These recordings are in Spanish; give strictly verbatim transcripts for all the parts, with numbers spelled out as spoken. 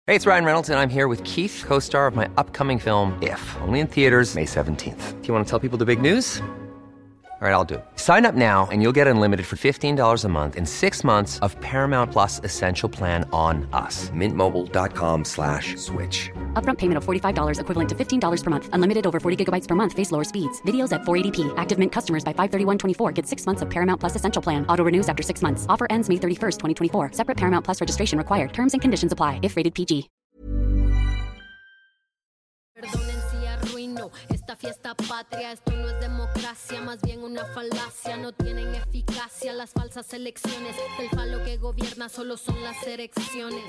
Hey, it's Ryan Reynolds, and I'm here with Keith, co-star of my upcoming film, If, only in theaters May seventeenth. Do you want to tell people the big news? All right, I'll do it. Sign up now and you'll get unlimited for fifteen dollars a month and six months of Paramount Plus Essential Plan on us. Mint Mobile dot com slash switch. Upfront payment of forty-five dollars equivalent to fifteen dollars per month. Unlimited over forty gigabytes per month. Face lower speeds. Videos at four eighty p. Active Mint customers by five thirty-one twenty-four get six months of Paramount Plus Essential Plan. Auto renews after six months. Offer ends May thirty-first, twenty twenty-four. Separate Paramount Plus registration required. Terms and conditions apply if rated P G. Perdonen si arruino esta fiesta patria, esto no es democracia, más bien una falacia, no tienen eficacia las falsas elecciones, el falo que gobierna solo son las erecciones.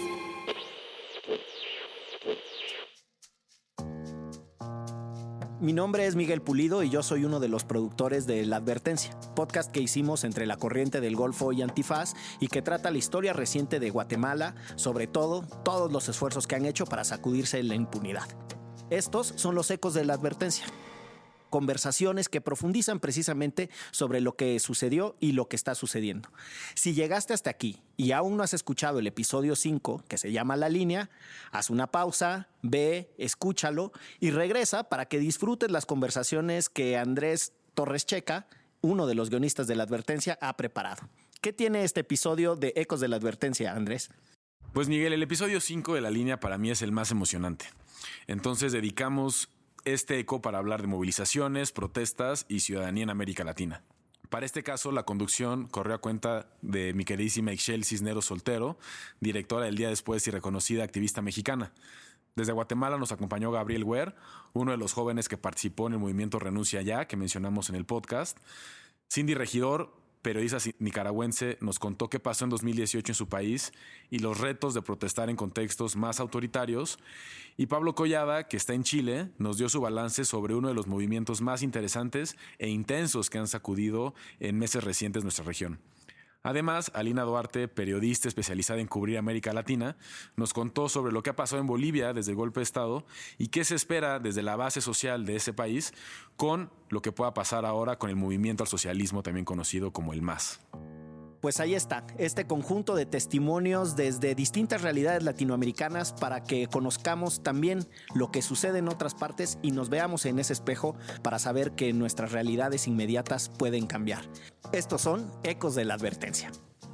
Mi nombre es Miguel Pulido y yo soy uno de los productores de La Advertencia, podcast que hicimos entre la corriente del Golfo y Antifaz y que trata la historia reciente de Guatemala, sobre todo, todos los esfuerzos que han hecho para sacudirse la impunidad. Estos son los ecos de La Advertencia. Conversaciones que profundizan precisamente sobre lo que sucedió y lo que está sucediendo. Si llegaste hasta aquí y aún no has escuchado el episodio cinco, que se llama La Línea, haz una pausa, ve, escúchalo y regresa para que disfrutes las conversaciones que Andrés Torres Checa, uno de los guionistas de La Advertencia, ha preparado. ¿Qué tiene este episodio de Ecos de La Advertencia, Andrés? Pues Miguel, el episodio cinco de La Línea para mí es el más emocionante. Entonces dedicamos este eco para hablar de movilizaciones, protestas y ciudadanía en América Latina. Para este caso, la conducción corrió a cuenta de mi queridísima Ixchel Cisneros Soltero, directora del Día Después y reconocida activista mexicana. Desde Guatemala nos acompañó Gabriel Wehr, uno de los jóvenes que participó en el movimiento Renuncia Ya, que mencionamos en el podcast. Cindy Regidor, periodista nicaragüense, nos contó qué pasó en dos mil dieciocho en su país y los retos de protestar en contextos más autoritarios. Y Pablo Collada, que está en Chile, nos dio su balance sobre uno de los movimientos más interesantes e intensos que han sacudido en meses recientes nuestra región. Además, Alina Duarte, periodista especializada en cubrir América Latina, nos contó sobre lo que ha pasado en Bolivia desde el golpe de Estado y qué se espera desde la base social de ese país con lo que pueda pasar ahora con el movimiento al socialismo, también conocido como el M A S. Pues ahí está, este conjunto de testimonios desde distintas realidades latinoamericanas para que conozcamos también lo que sucede en otras partes y nos veamos en ese espejo para saber que nuestras realidades inmediatas pueden cambiar. Estos son Ecos de la Advertencia.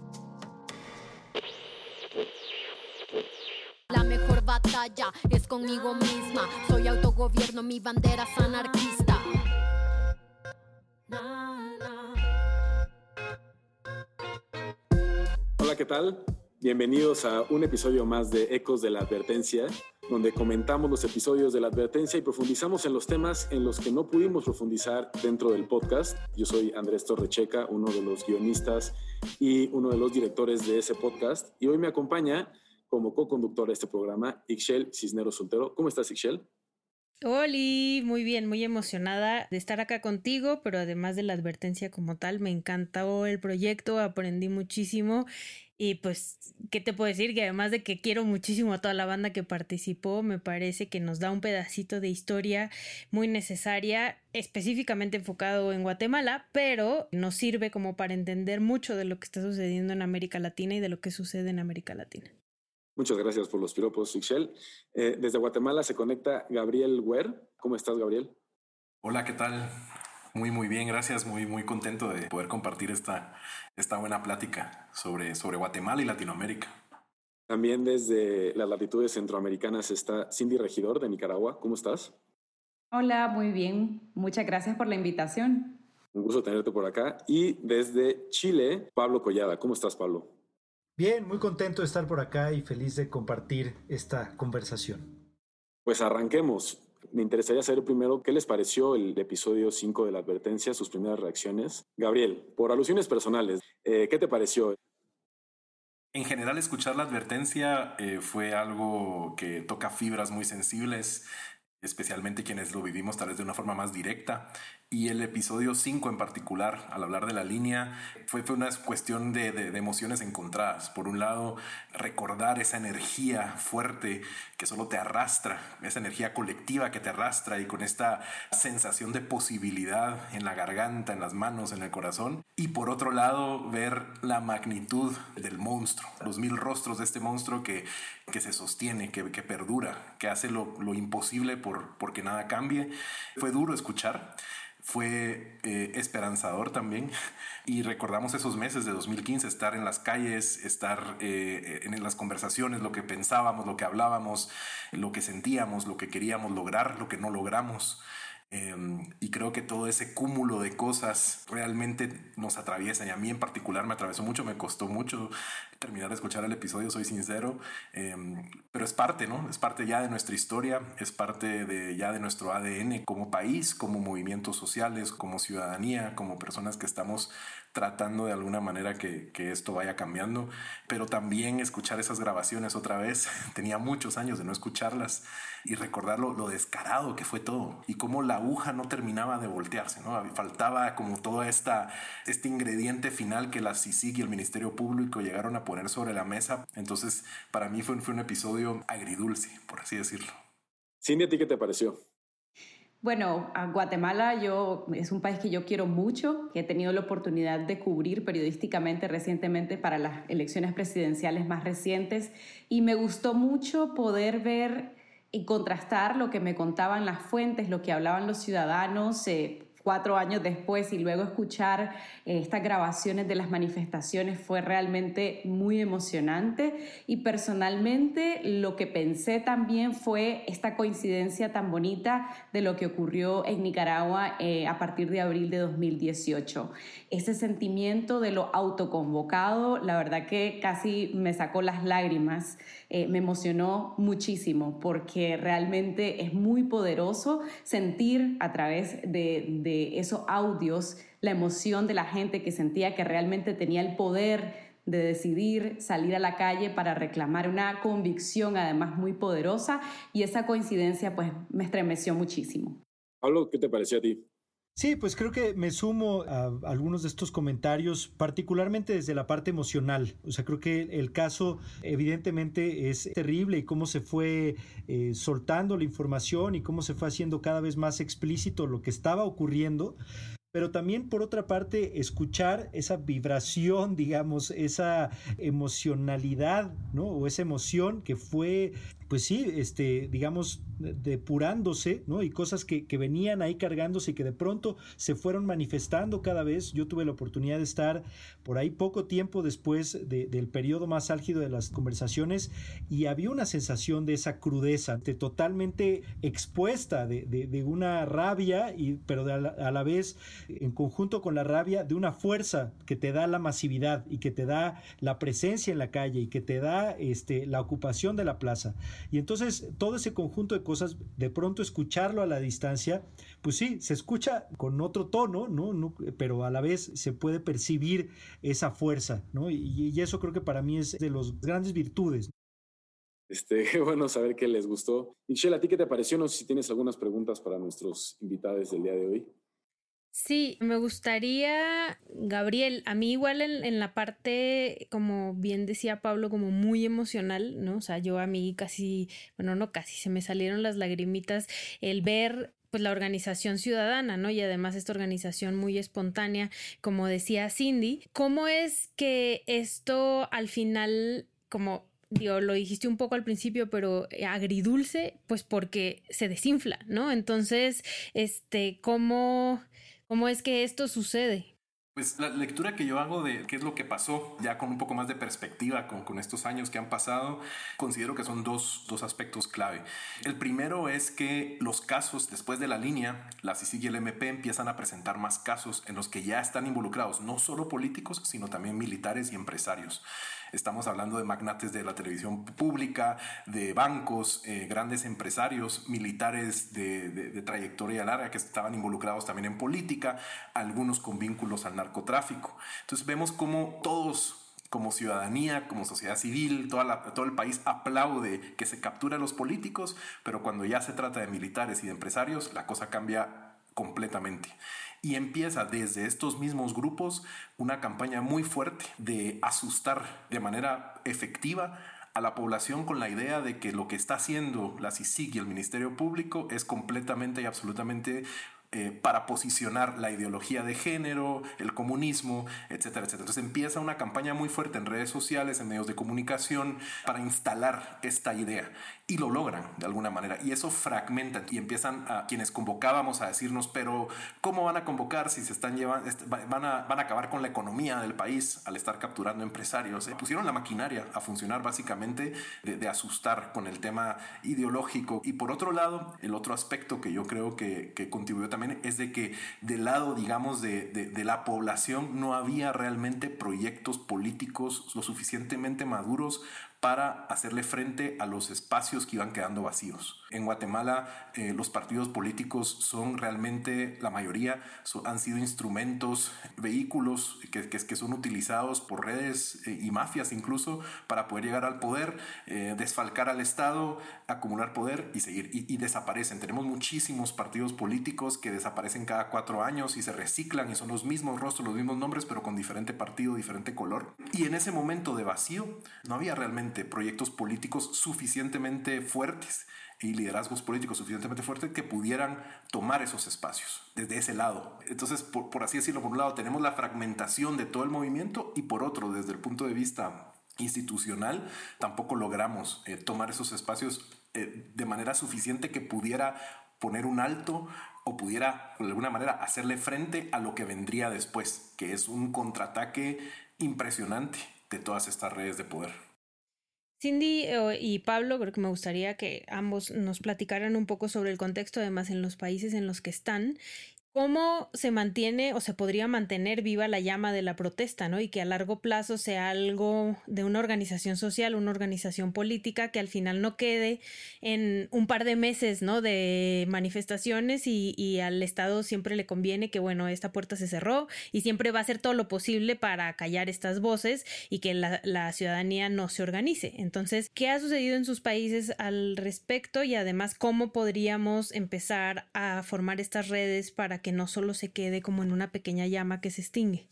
La mejor batalla es conmigo misma, soy autogobierno, mi bandera es anarquista. Na, na. Hola, ¿qué tal? Bienvenidos a un episodio más de Ecos de la Advertencia, donde comentamos los episodios de la Advertencia y profundizamos en los temas en los que no pudimos profundizar dentro del podcast. Yo soy Andrés Torres Checa, uno de los guionistas y uno de los directores de ese podcast, y hoy me acompaña como co-conductor de este programa Ixchel Cisneros Soltero. ¿Cómo estás, Ixchel? Oli, muy bien, muy emocionada de estar acá contigo, pero además de la advertencia como tal, me encantó el proyecto, aprendí muchísimo y pues, ¿qué te puedo decir? Que además de que quiero muchísimo a toda la banda que participó, me parece que nos da un pedacito de historia muy necesaria, específicamente enfocado en Guatemala, pero nos sirve como para entender mucho de lo que está sucediendo en América Latina y de lo que sucede en América Latina. Muchas gracias por los piropos, Ixchel. Eh, desde Guatemala se conecta Gabriel Wehr. ¿Cómo estás, Gabriel? Hola, ¿qué tal? Muy, muy bien, gracias. Muy, muy contento de poder compartir esta, esta buena plática sobre, sobre Guatemala y Latinoamérica. También desde las latitudes centroamericanas está Cindy Regidor, de Nicaragua. ¿Cómo estás? Hola, muy bien. Muchas gracias por la invitación. Un gusto tenerte por acá. Y desde Chile, Pablo Collada. ¿Cómo estás, Pablo? Bien, muy contento de estar por acá y feliz de compartir esta conversación. Pues arranquemos. Me interesaría saber primero qué les pareció el episodio cinco de La Advertencia, sus primeras reacciones. Gabriel, por alusiones personales, eh, ¿qué te pareció? En general, escuchar La Advertencia eh, fue algo que toca fibras muy sensibles, especialmente quienes lo vivimos tal vez de una forma más directa. Y el episodio cinco en particular, al hablar de la línea, fue, fue una cuestión de, de, de emociones encontradas. Por un lado, recordar esa energía fuerte que solo te arrastra, esa energía colectiva que te arrastra, y con esta sensación de posibilidad en la garganta, en las manos, en el corazón. Y por otro lado, ver la magnitud del monstruo, los mil rostros de este monstruo que, que se sostiene, que, que perdura, que hace lo, lo imposible por, porque nada cambie. Fue duro escuchar. Fue eh, esperanzador también, y recordamos esos meses de dos mil quince, estar en las calles, estar eh, en las conversaciones, lo que pensábamos, lo que hablábamos, lo que sentíamos, lo que queríamos lograr, lo que no logramos. Eh, y creo que todo ese cúmulo de cosas realmente nos atraviesan, y a mí en particular me atravesó mucho, me costó mucho terminar de escuchar el episodio, soy sincero, eh, pero es parte, ¿no? Es parte ya de nuestra historia, es parte de, ya de nuestro A D N como país, como movimientos sociales, como ciudadanía, como personas que estamos tratando de alguna manera que, que esto vaya cambiando. Pero también escuchar esas grabaciones otra vez, tenía muchos años de no escucharlas, y recordar lo, lo descarado que fue todo, y cómo la aguja no terminaba de voltearse, ¿no? Faltaba como todo esta, este ingrediente final que la C I C I C y el Ministerio Público llegaron a poner sobre la mesa. Entonces, para mí fue, fue un episodio agridulce, por así decirlo. Cindy, ¿a ti qué te pareció? Bueno, a Guatemala yo, es un país que yo quiero mucho, que he tenido la oportunidad de cubrir periodísticamente recientemente para las elecciones presidenciales más recientes, y me gustó mucho poder ver y contrastar lo que me contaban las fuentes, lo que hablaban los ciudadanos eh, cuatro años después, y luego escuchar eh, estas grabaciones de las manifestaciones fue realmente muy emocionante. Y personalmente lo que pensé también fue esta coincidencia tan bonita de lo que ocurrió en Nicaragua eh, a partir de abril de dos mil dieciocho. Ese sentimiento de lo autoconvocado, la verdad que casi me sacó las lágrimas, eh, me emocionó muchísimo, porque realmente es muy poderoso sentir a través de, de esos audios la emoción de la gente que sentía que realmente tenía el poder de decidir salir a la calle para reclamar una convicción además muy poderosa, y esa coincidencia pues me estremeció muchísimo. Pablo, ¿qué te pareció a ti? Sí, pues creo que me sumo a algunos de estos comentarios, particularmente desde la parte emocional. O sea, creo que el caso evidentemente es terrible, y cómo se fue eh, soltando la información y cómo se fue haciendo cada vez más explícito lo que estaba ocurriendo. Pero también, por otra parte, escuchar esa vibración, digamos, esa emocionalidad, ¿no? O esa emoción que fue, pues sí, este, digamos, depurándose, ¿no? Y cosas que, que venían ahí cargándose y que de pronto se fueron manifestando cada vez. Yo tuve la oportunidad de estar por ahí poco tiempo después de, del periodo más álgido de las conversaciones, y había una sensación de esa crudeza, de totalmente expuesta, de, de, de una rabia, y, pero de a, la, a la vez, en conjunto con la rabia, de una fuerza que te da la masividad y que te da la presencia en la calle y que te da este, la ocupación de la plaza. Y entonces todo ese conjunto de cosas, de pronto escucharlo a la distancia, pues sí, se escucha con otro tono, ¿no? no pero a la vez se puede percibir esa fuerza, ¿no? Y, y eso creo que para mí es de las grandes virtudes. Este, qué bueno saber que les gustó. Michelle, ¿a ti qué te pareció? No sé si tienes algunas preguntas para nuestros invitados del día de hoy. Sí, me gustaría, Gabriel, a mí igual en, en la parte, como bien decía Pablo, como muy emocional, ¿no? O sea, yo a mí casi, bueno, no casi, se me salieron las lagrimitas el ver pues la organización ciudadana, ¿no? Y además esta organización muy espontánea, como decía Cindy. ¿Cómo es que esto al final, como digo, lo dijiste un poco al principio, pero agridulce, pues porque se desinfla, ¿no? Entonces, este, ¿cómo... ¿Cómo es que esto sucede? Pues la lectura que yo hago de qué es lo que pasó, ya con un poco más de perspectiva, con, con estos años que han pasado, considero que son dos, dos aspectos clave. El primero es que los casos después de la línea, la C I C I C y el M P empiezan a presentar más casos en los que ya están involucrados, no solo políticos, sino también militares y empresarios. Estamos hablando de magnates de la televisión pública, de bancos, eh, grandes empresarios, militares de, de, de trayectoria larga que estaban involucrados también en política, algunos con vínculos al narcotráfico. Entonces vemos cómo todos, como ciudadanía, como sociedad civil, toda la, todo el país aplaude que se capture a los políticos, pero cuando ya se trata de militares y de empresarios, la cosa cambia completamente. Y empieza desde estos mismos grupos una campaña muy fuerte de asustar de manera efectiva a la población con la idea de que lo que está haciendo la C I C I C y el Ministerio Público es completamente y absolutamente Eh, para posicionar la ideología de género, el comunismo, etcétera, etcétera. Entonces empieza una campaña muy fuerte en redes sociales, en medios de comunicación, para instalar esta idea. Y lo logran de alguna manera. Y eso fragmenta. Y empiezan a quienes convocábamos a decirnos, pero ¿cómo van a convocar si se están llevando, van a, van a acabar con la economía del país al estar capturando empresarios? Eh, pusieron la maquinaria a funcionar básicamente de, de asustar con el tema ideológico. Y por otro lado, el otro aspecto que yo creo que, que contribuyó también es de que del lado, digamos, de, de, de la población no había realmente proyectos políticos lo suficientemente maduros para hacerle frente a los espacios que iban quedando vacíos. En Guatemala eh, los partidos políticos son realmente, la mayoría son, han sido instrumentos, vehículos que, que, que son utilizados por redes eh, y mafias incluso para poder llegar al poder, eh, desfalcar al Estado, acumular poder y seguir. Y, y desaparecen. Tenemos muchísimos partidos políticos que desaparecen cada cuatro años y se reciclan y son los mismos rostros, los mismos nombres, pero con diferente partido, diferente color. Y en ese momento de vacío no había realmente proyectos políticos suficientemente fuertes y liderazgos políticos suficientemente fuertes que pudieran tomar esos espacios desde ese lado. Entonces, por, por así decirlo, por un lado tenemos la fragmentación de todo el movimiento y por otro, desde el punto de vista institucional, tampoco logramos eh, tomar esos espacios eh, de manera suficiente que pudiera poner un alto o pudiera de alguna manera hacerle frente a lo que vendría después, que es un contraataque impresionante de todas estas redes de poder. Cindy y Pablo, creo que me gustaría que ambos nos platicaran un poco sobre el contexto, además en los países en los que están. ¿Cómo se mantiene o se podría mantener viva la llama de la protesta, ¿no? Y que a largo plazo sea algo de una organización social, una organización política que al final no quede en un par de meses, ¿no? De manifestaciones y, y al Estado siempre le conviene que, bueno, esta puerta se cerró y siempre va a hacer todo lo posible para callar estas voces y que la, la ciudadanía no se organice. Entonces, ¿qué ha sucedido en sus países al respecto? Y además, ¿cómo podríamos empezar a formar estas redes para que que no solo se quede como en una pequeña llama que se extingue?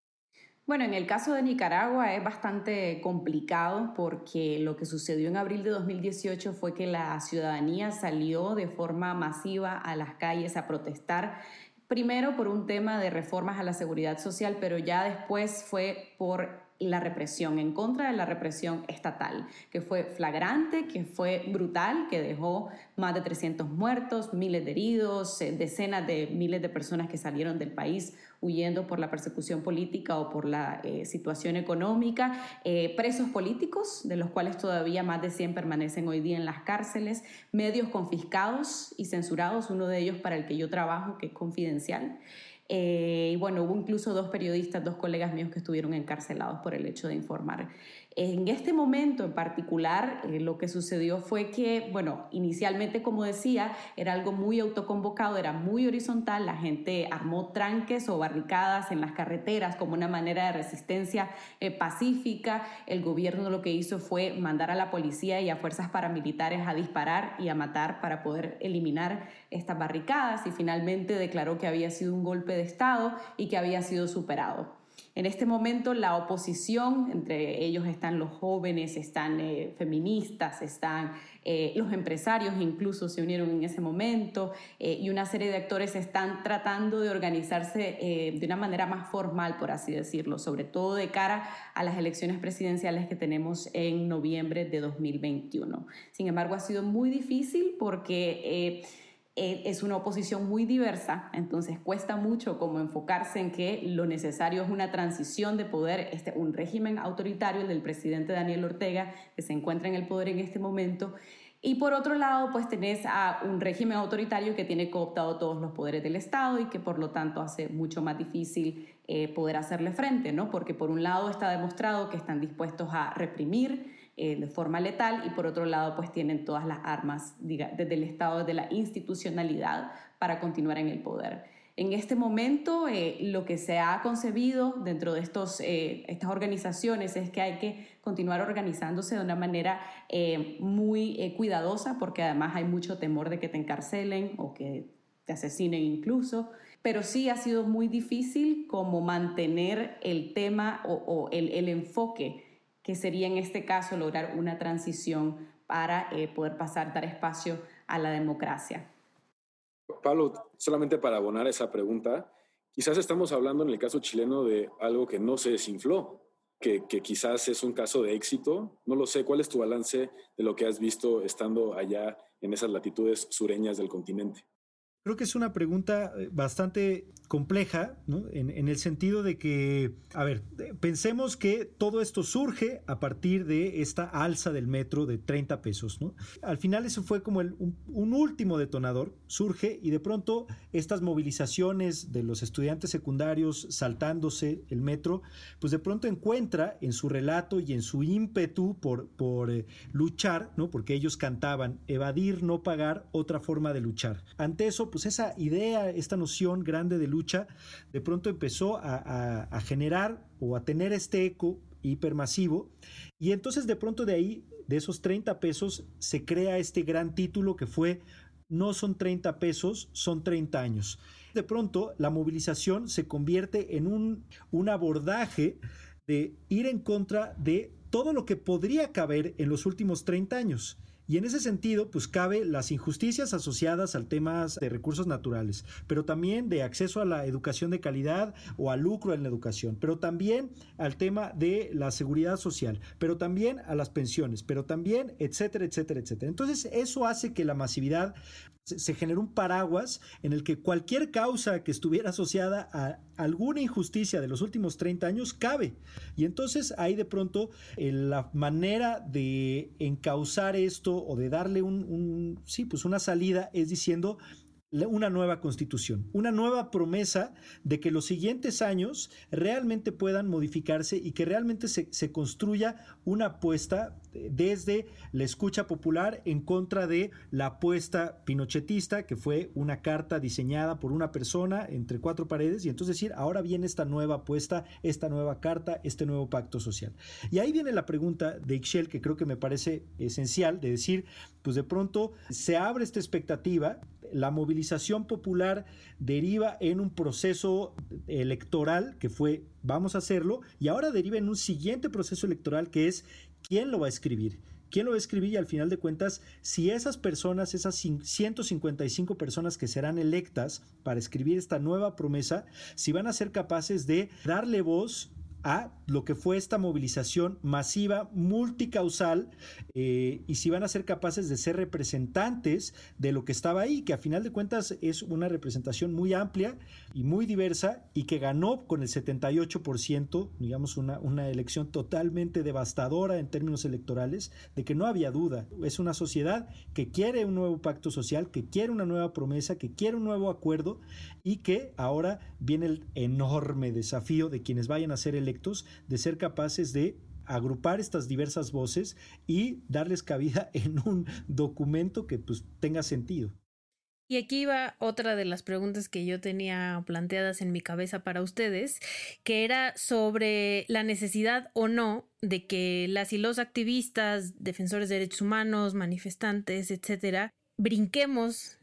Bueno, en el caso de Nicaragua es bastante complicado porque lo que sucedió en abril de dos mil dieciocho fue que la ciudadanía salió de forma masiva a las calles a protestar, primero por un tema de reformas a la seguridad social, pero ya después fue por la represión, en contra de la represión estatal, que fue flagrante, que fue brutal, que dejó más de trescientos muertos, miles de heridos, decenas de miles de personas que salieron del país huyendo por la persecución política o por la eh, situación económica, eh, presos políticos, de los cuales todavía más de cien permanecen hoy día en las cárceles, medios confiscados y censurados, uno de ellos para el que yo trabajo, que es Confidencial. Eh, y bueno, hubo incluso dos periodistas, dos colegas míos que estuvieron encarcelados por el hecho de informar. En este momento en particular, eh, lo que sucedió fue que, bueno, inicialmente, como decía, era algo muy autoconvocado, era muy horizontal, la gente armó tranques o barricadas en las carreteras como una manera de resistencia eh, pacífica. El gobierno lo que hizo fue mandar a la policía y a fuerzas paramilitares a disparar y a matar para poder eliminar estas barricadas y finalmente declaró que había sido un golpe de Estado y que había sido superado. En este momento la oposición, entre ellos están los jóvenes, están eh, feministas, están eh, los empresarios, incluso se unieron en ese momento, eh, y una serie de actores están tratando de organizarse eh, de una manera más formal, por así decirlo, sobre todo de cara a las elecciones presidenciales que tenemos en noviembre de dos mil veintiuno. Sin embargo, ha sido muy difícil porque Eh, es una oposición muy diversa, entonces cuesta mucho como enfocarse en que lo necesario es una transición de poder, este, un régimen autoritario, el del presidente Daniel Ortega, que se encuentra en el poder en este momento, y por otro lado, pues tenés a un régimen autoritario que tiene cooptado todos los poderes del Estado y que por lo tanto hace mucho más difícil eh, poder hacerle frente, ¿no? Porque por un lado está demostrado que están dispuestos a reprimir Eh, de forma letal y por otro lado pues tienen todas las armas diga, desde el Estado, desde la institucionalidad para continuar en el poder. En este momento eh, lo que se ha concebido dentro de estos, eh, estas organizaciones es que hay que continuar organizándose de una manera eh, muy eh, cuidadosa porque además hay mucho temor de que te encarcelen o que te asesinen incluso, pero sí ha sido muy difícil como mantener el tema o, o el, el enfoque que sería en este caso lograr una transición para eh, poder pasar, dar espacio a la democracia. Pablo, solamente para abonar esa pregunta, quizás estamos hablando en el caso chileno de algo que no se desinfló, que, que quizás es un caso de éxito. No lo sé, ¿cuál es tu balance de lo que has visto estando allá en esas latitudes sureñas del continente? Creo que es una pregunta bastante compleja, ¿no? En, en el sentido de que, a ver, pensemos que todo esto surge a partir de esta alza del metro de treinta pesos, ¿no? Al final eso fue como el, un, un último detonador, surge y de pronto estas movilizaciones de los estudiantes secundarios saltándose el metro, pues de pronto encuentra en su relato y en su ímpetu por, por eh, luchar, ¿no? Porque ellos cantaban, evadir, no pagar, otra forma de luchar. Ante eso, pues esa idea, esta noción grande de lucha, de pronto empezó a, a, a generar o a tener este eco hipermasivo, y entonces de pronto de ahí, de esos treinta pesos, se crea este gran título que fue no son treinta pesos, son treinta años. De pronto la movilización se convierte en un, un abordaje de ir en contra de todo lo que podría caber en los últimos treinta años. Y en ese sentido, pues cabe las injusticias asociadas al tema de recursos naturales, pero también de acceso a la educación de calidad o al lucro en la educación, pero también al tema de la seguridad social, pero también a las pensiones, pero también, etcétera, etcétera, etcétera. Entonces, eso hace que la masividad se, se genere un paraguas en el que cualquier causa que estuviera asociada a alguna injusticia de los últimos treinta años cabe. Y entonces ahí de pronto eh, la manera de encauzar esto o de darle un, un, sí, pues una salida es diciendo una nueva constitución, una nueva promesa de que los siguientes años realmente puedan modificarse y que realmente se, se construya una apuesta desde la escucha popular en contra de la apuesta pinochetista, que fue una carta diseñada por una persona entre cuatro paredes, y entonces decir, ahora viene esta nueva apuesta, esta nueva carta, este nuevo pacto social. Y ahí viene la pregunta de Ixchel, que creo que me parece esencial, de decir, pues de pronto se abre esta expectativa, la movilización popular deriva en un proceso electoral que fue vamos a hacerlo, y ahora deriva en un siguiente proceso electoral que es quién lo va a escribir. ¿Quién lo va a escribir? Y al final de cuentas, si esas personas, esas ciento cincuenta y cinco personas que serán electas para escribir esta nueva promesa, si van a ser capaces de darle voz a lo que fue esta movilización masiva, multicausal, eh, y si van a ser capaces de ser representantes de lo que estaba ahí, que a final de cuentas es una representación muy amplia y muy diversa, y que ganó con el setenta y ocho por ciento, digamos una, una elección totalmente devastadora en términos electorales, de que no había duda. Es una sociedad que quiere un nuevo pacto social, que quiere una nueva promesa, que quiere un nuevo acuerdo, y que ahora viene el enorme desafío de quienes vayan a ser electos de ser capaces de agrupar estas diversas voces y darles cabida en un documento que pues tenga sentido. Y aquí va otra de las preguntas que yo tenía planteadas en mi cabeza para ustedes, que era sobre la necesidad o no de que las y los activistas, defensores de derechos humanos, manifestantes, etcétera, brinquemos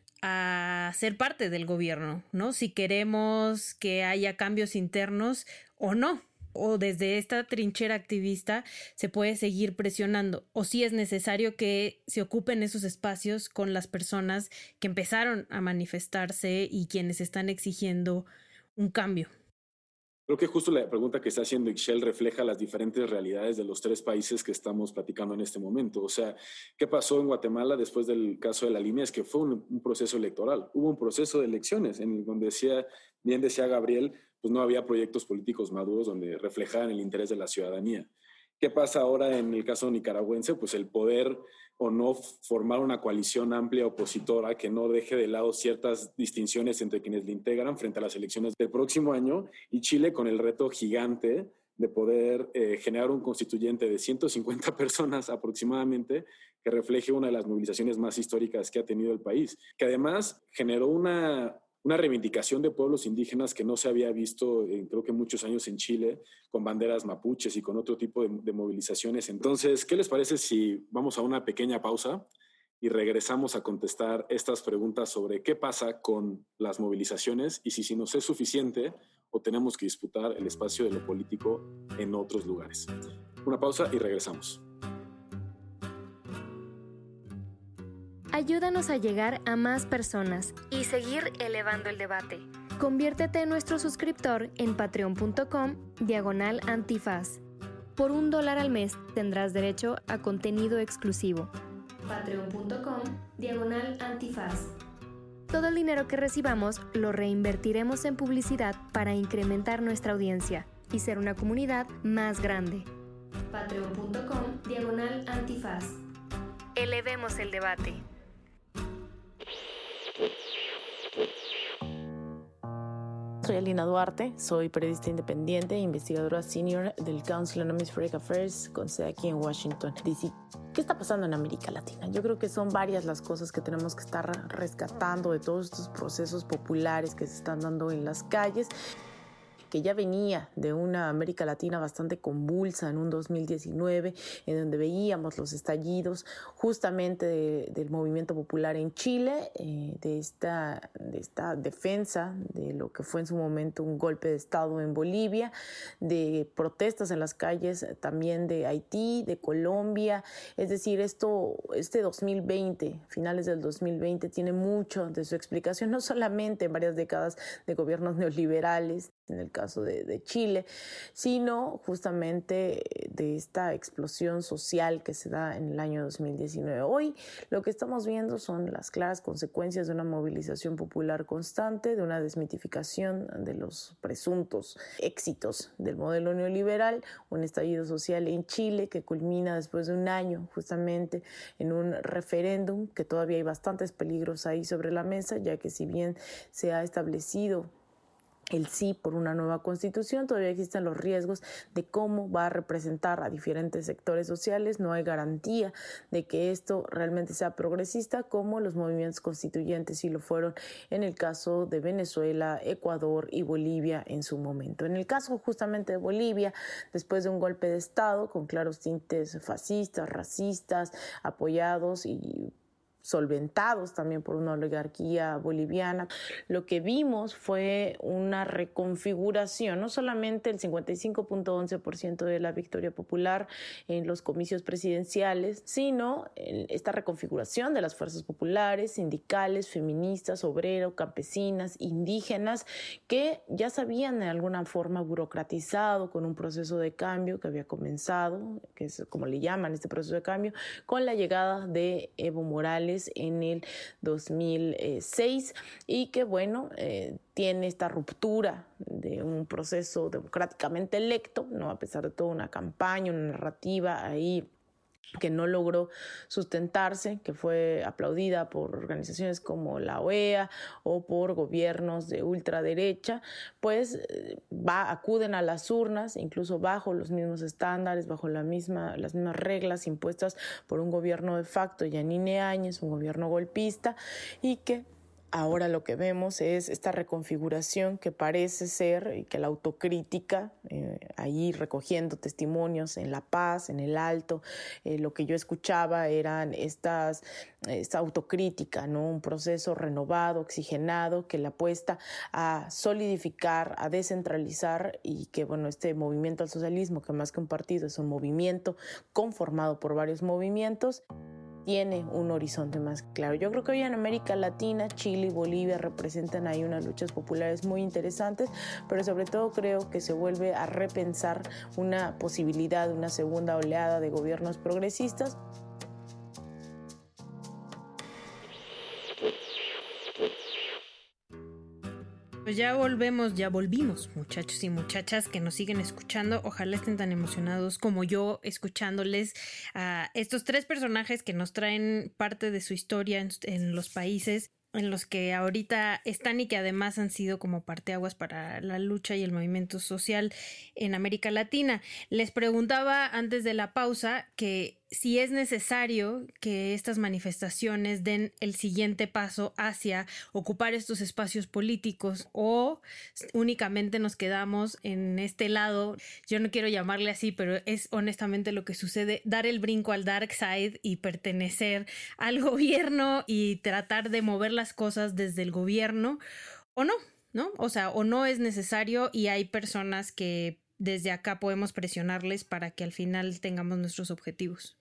a ser parte del gobierno, ¿no? Si queremos que haya cambios internos o no. O desde esta trinchera activista se puede seguir presionando, o si es necesario que se ocupen esos espacios con las personas que empezaron a manifestarse y quienes están exigiendo un cambio. Creo que justo la pregunta que está haciendo Ixchel refleja las diferentes realidades de los tres países que estamos platicando en este momento. O sea, ¿qué pasó en Guatemala después del caso de la línea? Es que fue un, un proceso electoral. Hubo un proceso de elecciones en donde decía, bien decía Gabriel, pues no había proyectos políticos maduros donde reflejaran el interés de la ciudadanía. ¿Qué pasa ahora en el caso nicaragüense? Pues el poder o no formar una coalición amplia opositora que no deje de lado ciertas distinciones entre quienes le integran frente a las elecciones del próximo año, y Chile con el reto gigante de poder eh, generar un constituyente de ciento cincuenta personas aproximadamente que refleje una de las movilizaciones más históricas que ha tenido el país, que además generó una... una reivindicación de pueblos indígenas que no se había visto en creo que muchos años en Chile, con banderas mapuches y con otro tipo de, de movilizaciones. Entonces, ¿qué les parece si vamos a una pequeña pausa y regresamos a contestar estas preguntas sobre qué pasa con las movilizaciones y si, si nos es suficiente o tenemos que disputar el espacio de lo político en otros lugares. Una pausa y regresamos. Ayúdanos a llegar a más personas y seguir elevando el debate. Conviértete en nuestro suscriptor en patreon.com diagonal antifaz. Por un dólar al mes tendrás derecho a contenido exclusivo. Patreon.com diagonal antifaz. Todo el dinero que recibamos lo reinvertiremos en publicidad para incrementar nuestra audiencia y ser una comunidad más grande. Patreon.com diagonal antifaz. Elevemos el debate. Soy Alina Duarte, soy periodista independiente e investigadora senior del Council on Hemispheric Affairs con sede aquí en Washington, D C ¿Qué está pasando en América Latina? Yo creo que son varias las cosas que tenemos que estar rescatando de todos estos procesos populares que se están dando en las calles, que ya venía de una América Latina bastante convulsa en un dos mil diecinueve, en donde veíamos los estallidos justamente de, del movimiento popular en Chile, eh, de, esta, de esta defensa de lo que fue en su momento un golpe de Estado en Bolivia, de protestas en las calles también de Haití, de Colombia. Es decir, esto, este dos mil veinte, finales del dos mil veinte, tiene mucho de su explicación, no solamente en varias décadas de gobiernos neoliberales, en el caso de, de Chile, sino justamente de esta explosión social que se da en el año dos mil diecinueve. Hoy lo que estamos viendo son las claras consecuencias de una movilización popular constante, de una desmitificación de los presuntos éxitos del modelo neoliberal, un estallido social en Chile que culmina después de un año justamente en un referéndum, que todavía hay bastantes peligros ahí sobre la mesa, ya que si bien se ha establecido el sí por una nueva constitución, todavía existen los riesgos de cómo va a representar a diferentes sectores sociales. No hay garantía de que esto realmente sea progresista como los movimientos constituyentes sí lo fueron en el caso de Venezuela, Ecuador y Bolivia en su momento. En el caso justamente de Bolivia, después de un golpe de Estado con claros tintes fascistas, racistas, apoyados y solventados también por una oligarquía boliviana, lo que vimos fue una reconfiguración, no solamente el cincuenta y cinco punto once por ciento de la victoria popular en los comicios presidenciales, sino esta reconfiguración de las fuerzas populares, sindicales, feministas, obreros, campesinas, indígenas, que ya se habían de alguna forma burocratizado con un proceso de cambio que había comenzado, que es como le llaman este proceso de cambio, con la llegada de Evo Morales en el dos mil seis y que, bueno, eh, tiene esta ruptura de un proceso democráticamente electo, ¿no? A pesar de toda una campaña, una narrativa ahí que no logró sustentarse, que fue aplaudida por organizaciones como la O E A o por gobiernos de ultraderecha, pues va, acuden a las urnas, incluso bajo los mismos estándares, bajo la misma, las mismas reglas impuestas por un gobierno de facto, Yanine Áñez, un gobierno golpista, y que ahora lo que vemos es esta reconfiguración que parece ser, y que la autocrítica, eh, ahí recogiendo testimonios en La Paz, en el Alto, eh, lo que yo escuchaba eran estas, esta autocrítica, ¿no? Un proceso renovado, oxigenado, que le apuesta a solidificar, a descentralizar, y que, bueno, este movimiento al socialismo, que más que un partido es un movimiento conformado por varios movimientos, tiene un horizonte más claro. Yo creo que hoy en América Latina, Chile y Bolivia representan ahí unas luchas populares muy interesantes, pero sobre todo creo que se vuelve a repensar una posibilidad de una segunda oleada de gobiernos progresistas. Pues ya volvemos, ya volvimos, muchachos y muchachas que nos siguen escuchando. Ojalá estén tan emocionados como yo escuchándoles a estos tres personajes que nos traen parte de su historia en, en los países en los que ahorita están y que además han sido como parteaguas para la lucha y el movimiento social en América Latina. Les preguntaba antes de la pausa que si es necesario que estas manifestaciones den el siguiente paso hacia ocupar estos espacios políticos o únicamente nos quedamos en este lado, yo no quiero llamarle así, pero es honestamente lo que sucede, dar el brinco al dark side y pertenecer al gobierno y tratar de mover las cosas desde el gobierno o no, ¿no? O sea, o no es necesario y hay personas que desde acá podemos presionarles para que al final tengamos nuestros objetivos.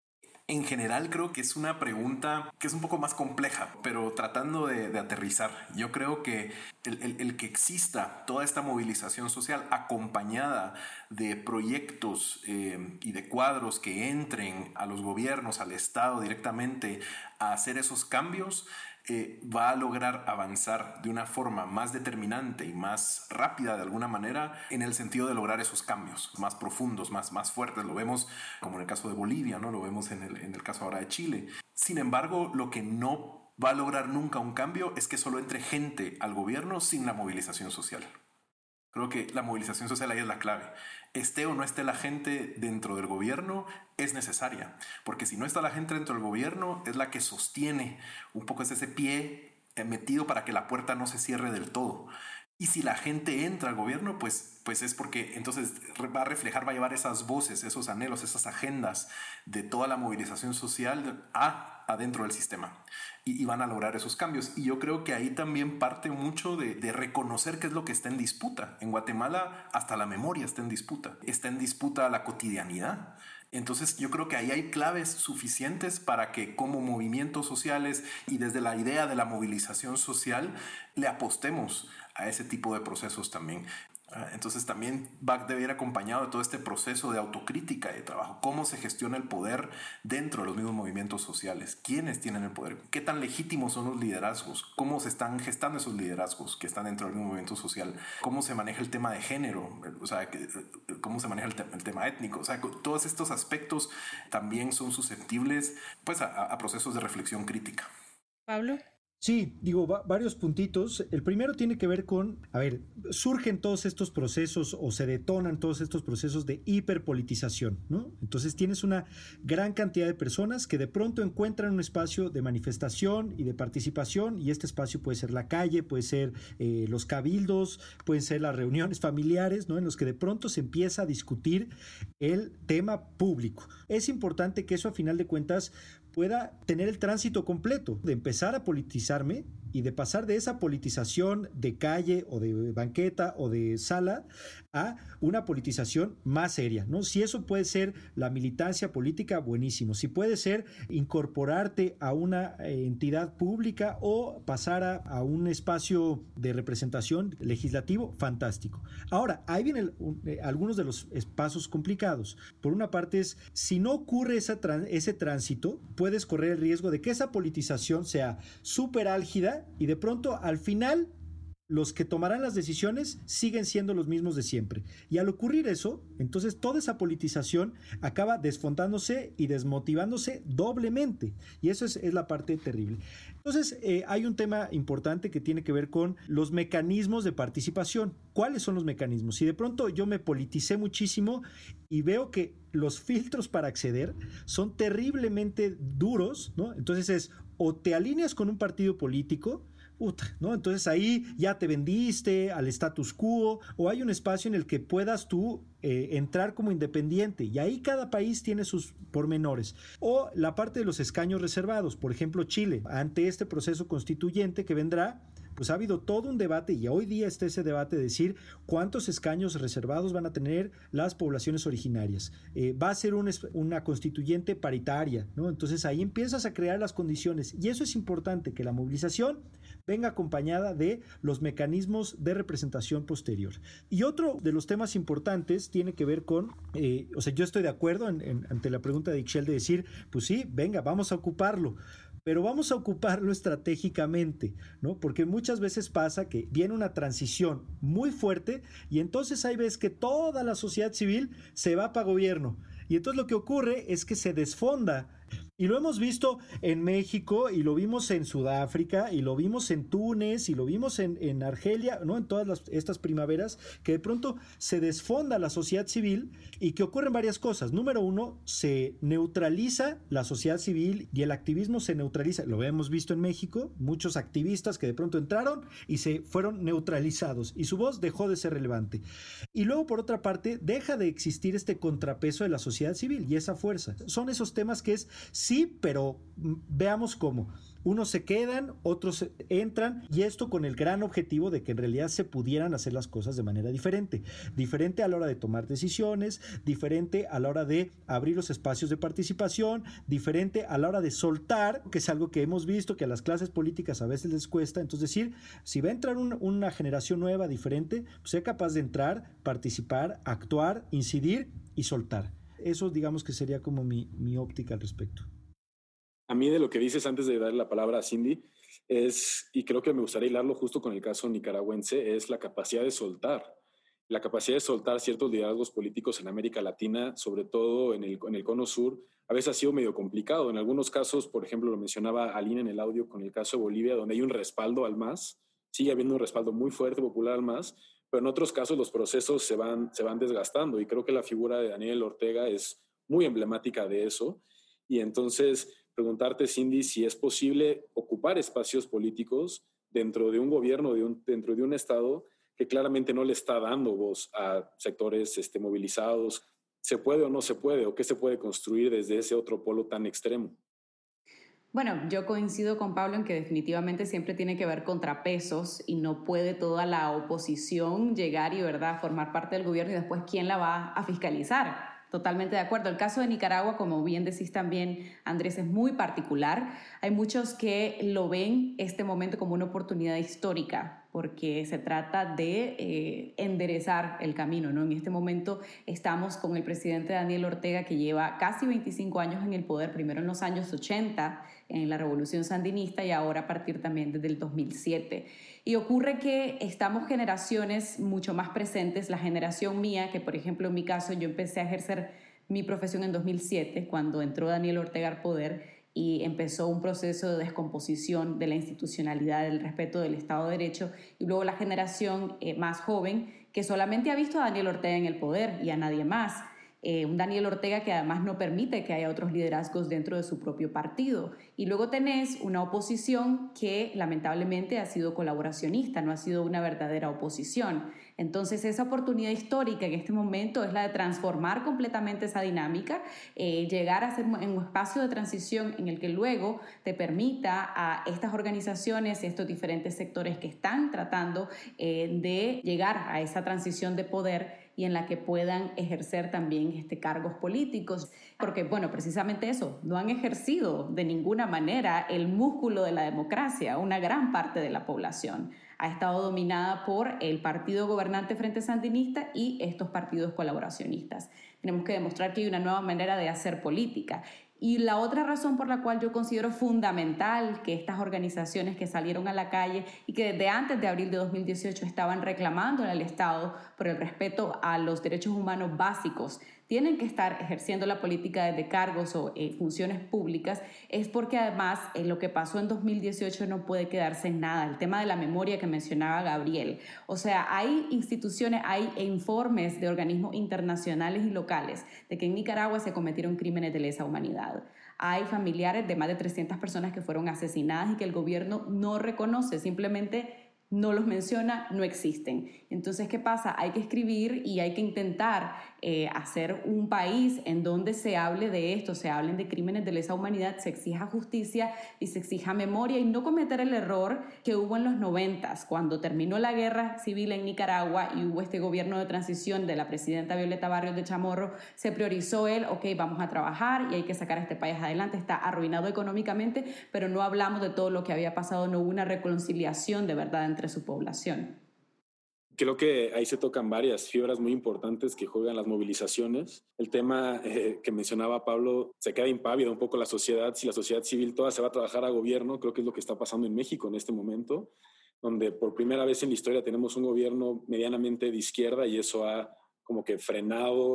En general creo que es una pregunta que es un poco más compleja, pero tratando de, de aterrizar, yo creo que el, el, el que exista toda esta movilización social acompañada de proyectos eh, y de cuadros que entren a los gobiernos, al Estado directamente a hacer esos cambios, Eh, va a lograr avanzar de una forma más determinante y más rápida de alguna manera en el sentido de lograr esos cambios más profundos, más, más fuertes. Lo vemos como en el caso de Bolivia, ¿no? Lo vemos en el, en el caso ahora de Chile. Sin embargo, lo que no va a lograr nunca un cambio es que solo entre gente al gobierno sin la movilización social. Creo que la movilización social ahí es la clave. Esté o no esté la gente dentro del gobierno, es necesaria. Porque si no está la gente dentro del gobierno, es la que sostiene un poco ese pie metido para que la puerta no se cierre del todo. Y si la gente entra al gobierno, pues, pues es porque entonces va a reflejar, va a llevar esas voces, esos anhelos, esas agendas de toda la movilización social a, adentro del sistema. Y, y van a lograr esos cambios. Y yo creo que ahí también parte mucho de, de reconocer qué es lo que está en disputa. En Guatemala hasta la memoria está en disputa. Está en disputa la cotidianidad. Entonces yo creo que ahí hay claves suficientes para que como movimientos sociales y desde la idea de la movilización social le apostemos a ese tipo de procesos también. Entonces también va a deber ir acompañado de todo este proceso de autocrítica y de trabajo. ¿Cómo se gestiona el poder dentro de los mismos movimientos sociales? ¿Quiénes tienen el poder? ¿Qué tan legítimos son los liderazgos? ¿Cómo se están gestando esos liderazgos que están dentro del mismo movimiento social? ¿Cómo se maneja el tema de género? O sea, ¿cómo se maneja el, te- el tema étnico? O sea, todos estos aspectos también son susceptibles pues, a, a procesos de reflexión crítica. Pablo. Sí, digo, va, varios puntitos. El primero tiene que ver con, a ver, surgen todos estos procesos o se detonan todos estos procesos de hiperpolitización, ¿no? Entonces tienes una gran cantidad de personas que de pronto encuentran un espacio de manifestación y de participación, y este espacio puede ser la calle, puede ser eh, los cabildos, pueden ser las reuniones familiares, ¿no? En los que de pronto se empieza a discutir el tema público. Es importante que eso a final de cuentas pueda tener el tránsito completo, de empezar a politizarme y de pasar de esa politización de calle o de banqueta o de sala a una politización más seria, ¿no? Si eso puede ser la militancia política, buenísimo. Si puede ser incorporarte a una entidad pública o pasar a, a un espacio de representación legislativo, fantástico. Ahora, ahí vienen eh, algunos de los pasos complicados. Por una parte es, si no ocurre esa tran- ese tránsito, puedes correr el riesgo de que esa politización sea súper álgida y de pronto al final los que tomarán las decisiones siguen siendo los mismos de siempre. Y al ocurrir eso, entonces toda esa politización acaba desfondándose y desmotivándose doblemente. Y eso es, es la parte terrible. Entonces eh, hay un tema importante que tiene que ver con los mecanismos de participación. ¿Cuáles son los mecanismos? Si de pronto yo me politicé muchísimo y veo que los filtros para acceder son terriblemente duros, ¿no? Entonces es o te alineas con un partido político, Uta, ¿no? Entonces ahí ya te vendiste al status quo, o hay un espacio en el que puedas tú eh, entrar como independiente, y ahí cada país tiene sus pormenores. O la parte de los escaños reservados, por ejemplo Chile, ante este proceso constituyente que vendrá, pues ha habido todo un debate, y hoy día está ese debate de decir cuántos escaños reservados van a tener las poblaciones originarias. Eh, va a ser un, una constituyente paritaria, ¿no? Entonces ahí empiezas a crear las condiciones, y eso es importante, que la movilización venga acompañada de los mecanismos de representación posterior. Y otro de los temas importantes tiene que ver con, eh, o sea, yo estoy de acuerdo en, en, ante la pregunta de Ixchel de decir, pues sí, venga, vamos a ocuparlo, pero vamos a ocuparlo estratégicamente, ¿no? Porque muchas veces pasa que viene una transición muy fuerte y entonces hay veces que toda la sociedad civil se va para gobierno. Y entonces lo que ocurre es que se desfonda Y lo hemos visto en México, y lo vimos en Sudáfrica, y lo vimos en Túnez, y lo vimos en, en Argelia, ¿no? En todas las, estas primaveras, que de pronto se desfonda la sociedad civil y que ocurren varias cosas. Número uno, se neutraliza la sociedad civil y el activismo se neutraliza. Lo hemos visto en México, muchos activistas que de pronto entraron y se fueron neutralizados y su voz dejó de ser relevante. Y luego, por otra parte, deja de existir este contrapeso de la sociedad civil y esa fuerza. Son esos temas que es sí, pero veamos cómo. Unos se quedan, otros entran, y esto con el gran objetivo de que en realidad se pudieran hacer las cosas de manera diferente. Diferente a la hora de tomar decisiones, diferente a la hora de abrir los espacios de participación, diferente a la hora de soltar, que es algo que hemos visto que a las clases políticas a veces les cuesta. Entonces decir, si va a entrar un, una generación nueva, diferente, pues sea capaz de entrar, participar, actuar, incidir y soltar. Eso digamos que sería como mi, mi óptica al respecto. A mí de lo que dices antes de darle la palabra a Cindy es, y creo que me gustaría hilarlo justo con el caso nicaragüense, es la capacidad de soltar. La capacidad de soltar ciertos liderazgos políticos en América Latina, sobre todo en el, en el cono sur, a veces ha sido medio complicado. En algunos casos, por ejemplo, lo mencionaba Aline en el audio con el caso de Bolivia, donde hay un respaldo al MAS, sigue habiendo un respaldo muy fuerte popular al MAS, pero en otros casos los procesos se van, se van desgastando, y creo que la figura de Daniel Ortega es muy emblemática de eso. Y entonces preguntarte, Cindy, si es posible ocupar espacios políticos dentro de un gobierno, de un, dentro de un Estado que claramente no le está dando voz a sectores este, movilizados. ¿Se puede o no se puede? ¿O qué se puede construir desde ese otro polo tan extremo? Bueno, yo coincido con Pablo en que definitivamente siempre tiene que haber contrapesos y no puede toda la oposición llegar y, ¿verdad?, formar parte del gobierno y después ¿quién la va a fiscalizar? Totalmente de acuerdo. El caso de Nicaragua, como bien decís también, Andrés, es muy particular. Hay muchos que lo ven este momento como una oportunidad histórica, porque se trata de eh, enderezar el camino, ¿no? En este momento estamos con el presidente Daniel Ortega, que lleva casi veinticinco años en el poder, primero en los años ochenta, en la Revolución Sandinista, y ahora a partir también desde el dos mil siete. Y ocurre que estamos generaciones mucho más presentes. La generación mía, que por ejemplo en mi caso yo empecé a ejercer mi profesión en dos mil siete, cuando entró Daniel Ortega al poder, y empezó un proceso de descomposición de la institucionalidad, del respeto del Estado de Derecho, y luego la generación eh, más joven, que solamente ha visto a Daniel Ortega en el poder y a nadie más. Eh, un Daniel Ortega que además no permite que haya otros liderazgos dentro de su propio partido. Y luego tenés una oposición que lamentablemente ha sido colaboracionista, no ha sido una verdadera oposición. Entonces esa oportunidad histórica en este momento es la de transformar completamente esa dinámica, eh, llegar a ser un espacio de transición en el que luego te permita a estas organizaciones, estos diferentes sectores que están tratando eh, de llegar a esa transición de poder, y en la que puedan ejercer también este, cargos políticos. Porque, bueno, precisamente eso, no han ejercido de ninguna manera el músculo de la democracia. Una gran parte de la población ha estado dominada por el partido gobernante Frente Sandinista y estos partidos colaboracionistas. Tenemos que demostrar que hay una nueva manera de hacer política. Y la otra razón por la cual yo considero fundamental que estas organizaciones que salieron a la calle y que desde antes de abril de dos mil dieciocho estaban reclamando al Estado por el respeto a los derechos humanos básicos, tienen que estar ejerciendo la política desde cargos o eh, funciones públicas, es porque además eh, lo que pasó en dos mil dieciocho no puede quedarse en nada. El tema de la memoria que mencionaba Gabriel. O sea, hay instituciones, hay informes de organismos internacionales y locales de que en Nicaragua se cometieron crímenes de lesa humanidad. Hay familiares de más de trescientas personas que fueron asesinadas y que el gobierno no reconoce, simplemente no los menciona, no existen. Entonces, ¿qué pasa? Hay que escribir y hay que intentar eh, hacer un país en donde se hable de esto, se hablen de crímenes de lesa humanidad, se exija justicia y se exija memoria, y no cometer el error que hubo en los noventas, cuando terminó la guerra civil en Nicaragua y hubo este gobierno de transición de la presidenta Violeta Barrios de Chamorro. Se priorizó el, ok, vamos a trabajar y hay que sacar a este país adelante, está arruinado económicamente, pero no hablamos de todo lo que había pasado, no hubo una reconciliación de verdad entre su población. Creo que ahí se tocan varias fibras muy importantes que juegan las movilizaciones. El tema eh, que mencionaba Pablo, se queda impávida un poco la sociedad. Si la sociedad civil toda se va a trabajar a gobierno, creo que es lo que está pasando en México en este momento, donde por primera vez en la historia tenemos un gobierno medianamente de izquierda, y eso ha como que frenado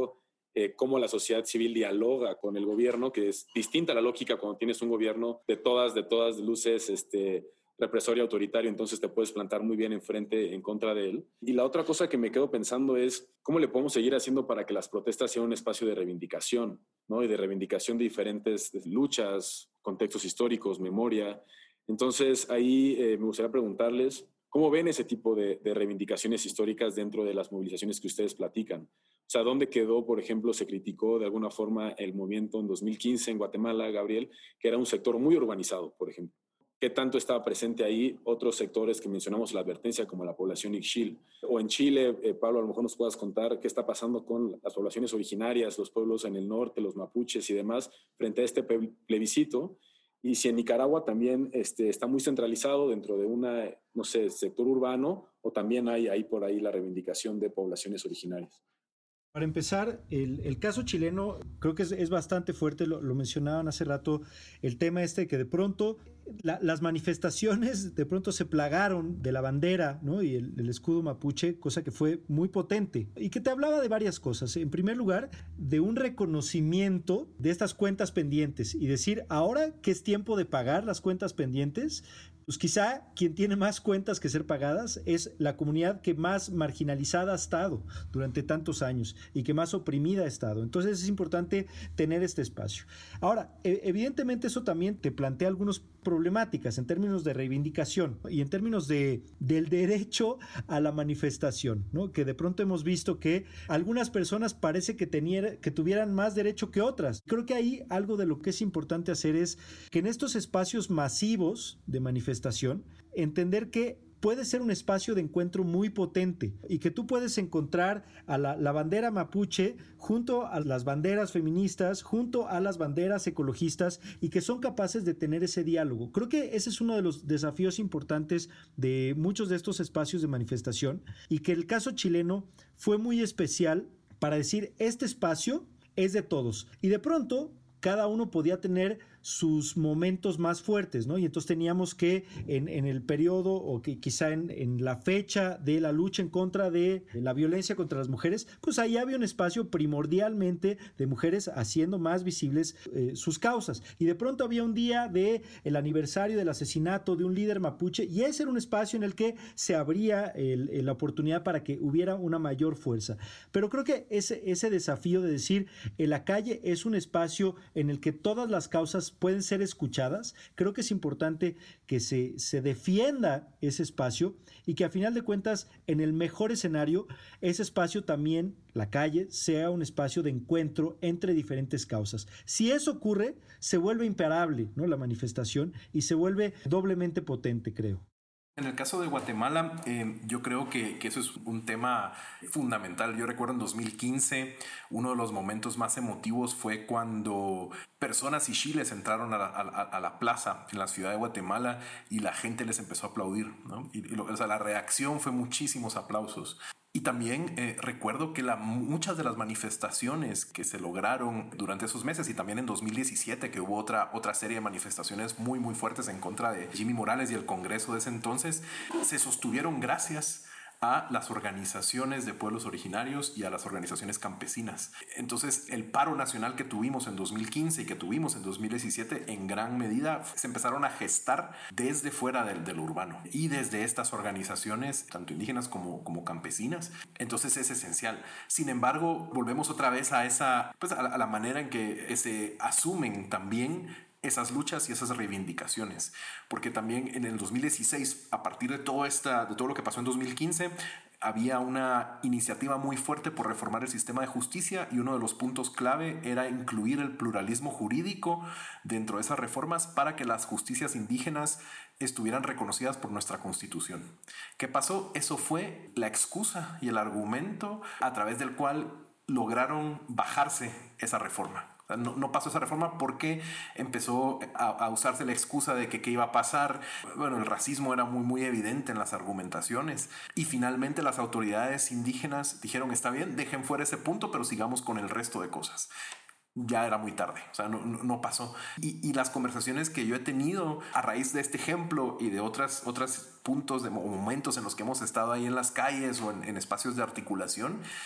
eh, cómo la sociedad civil dialoga con el gobierno, que es distinta a la lógica cuando tienes un gobierno de todas, de todas luces, este, represor y autoritario, entonces te puedes plantar muy bien enfrente, en contra de él. Y la otra cosa que me quedo pensando es cómo le podemos seguir haciendo para que las protestas sean un espacio de reivindicación, ¿no? Y de reivindicación de diferentes luchas, contextos históricos, memoria. Entonces ahí eh, me gustaría preguntarles, ¿cómo ven ese tipo de, de reivindicaciones históricas dentro de las movilizaciones que ustedes platican? O sea, ¿dónde quedó, por ejemplo, se criticó de alguna forma el movimiento en dos mil quince en Guatemala, Gabriel, que era un sector muy urbanizado, por ejemplo? ¿Qué tanto estaba presente ahí otros sectores que mencionamos en la advertencia, como la población ixil? O en Chile, eh, Pablo, a lo mejor nos puedas contar qué está pasando con las poblaciones originarias, los pueblos en el norte, los mapuches y demás, frente a este plebiscito. Y si en Nicaragua también este, está muy centralizado dentro de una, no sé, sector urbano, o también hay ahí por ahí la reivindicación de poblaciones originarias. Para empezar, el, el caso chileno creo que es, es bastante fuerte, lo, lo mencionaban hace rato, el tema este que de pronto la, las manifestaciones de pronto se plagaron de la bandera, ¿no? Y el, el escudo mapuche, cosa que fue muy potente y que te hablaba de varias cosas. En primer lugar, de un reconocimiento de estas cuentas pendientes y decir, ahora que es tiempo de pagar las cuentas pendientes, pues quizá quien tiene más cuentas que ser pagadas es la comunidad que más marginalizada ha estado durante tantos años y que más oprimida ha estado. Entonces es importante tener este espacio. Ahora, evidentemente eso también te plantea algunas problemáticas en términos de reivindicación y en términos de, del derecho a la manifestación, ¿no? Que de pronto hemos visto que algunas personas parece que, teniera, que tuvieran más derecho que otras. Creo que ahí algo de lo que es importante hacer es que en estos espacios masivos de manifestación entender que puede ser un espacio de encuentro muy potente y que tú puedes encontrar a la, la bandera mapuche junto a las banderas feministas, junto a las banderas ecologistas y que son capaces de tener ese diálogo. Creo que ese es uno de los desafíos importantes de muchos de estos espacios de manifestación y que el caso chileno fue muy especial para decir este espacio es de todos y de pronto cada uno podía tener sus momentos más fuertes, ¿no? Y entonces teníamos que en, en el periodo o que quizá en, en la fecha de la lucha en contra de la violencia contra las mujeres, pues ahí había un espacio primordialmente de mujeres haciendo más visibles eh, sus causas. Y de pronto había un día de el aniversario del asesinato de un líder mapuche y ese era un espacio en el que se abría el, el, la oportunidad para que hubiera una mayor fuerza. Pero creo que ese, ese desafío de decir en la calle es un espacio en el que todas las causas pueden ser escuchadas, creo que es importante que se, se defienda ese espacio y que a final de cuentas, en el mejor escenario, ese espacio también, la calle, sea un espacio de encuentro entre diferentes causas. Si eso ocurre, se vuelve imparable, ¿no? La manifestación y se vuelve doblemente potente, creo. En el caso de Guatemala, eh, yo creo que, que eso es un tema fundamental. Yo recuerdo en dos mil quince, uno de los momentos más emotivos fue cuando personas ixíles entraron a la, a, a la plaza en la ciudad de Guatemala y la gente les empezó a aplaudir, ¿no? Y, y lo, o sea, la reacción fue muchísimos aplausos. Y también eh, recuerdo que la, muchas de las manifestaciones que se lograron durante esos meses y también en dos mil diecisiete que hubo otra, otra serie de manifestaciones muy muy fuertes en contra de Jimmy Morales y el Congreso de ese entonces, se sostuvieron gracias a las organizaciones de pueblos originarios y a las organizaciones campesinas. Entonces, el paro nacional que tuvimos en dos mil quince y que tuvimos en dos mil diecisiete, en gran medida se empezaron a gestar desde fuera del, del urbano y desde estas organizaciones, tanto indígenas como, como campesinas. Entonces, es esencial. Sin embargo, volvemos otra vez a esa, pues, a la, a la manera en que se asumen también esas luchas y esas reivindicaciones, porque también en el dos mil dieciséis, a partir de todo, esta, de todo lo que pasó en dos mil quince, había una iniciativa muy fuerte por reformar el sistema de justicia y uno de los puntos clave era incluir el pluralismo jurídico dentro de esas reformas para que las justicias indígenas estuvieran reconocidas por nuestra Constitución. ¿Qué pasó? Eso fue la excusa y el argumento a través del cual lograron bajarse esa reforma. No, no pasó esa reforma porque empezó a, a usarse la excusa de que qué iba a pasar. Bueno, el racismo era muy, muy evidente en las argumentaciones. Y finalmente las autoridades indígenas dijeron, está bien, dejen fuera ese punto, pero sigamos con el resto de cosas. Ya era muy tarde, o sea, no, no, no pasó. Y, y las conversaciones que yo he tenido a raíz de este ejemplo y de otras, otros puntos, de momentos en los que hemos estado ahí en las calles o en, en espacios de articulación,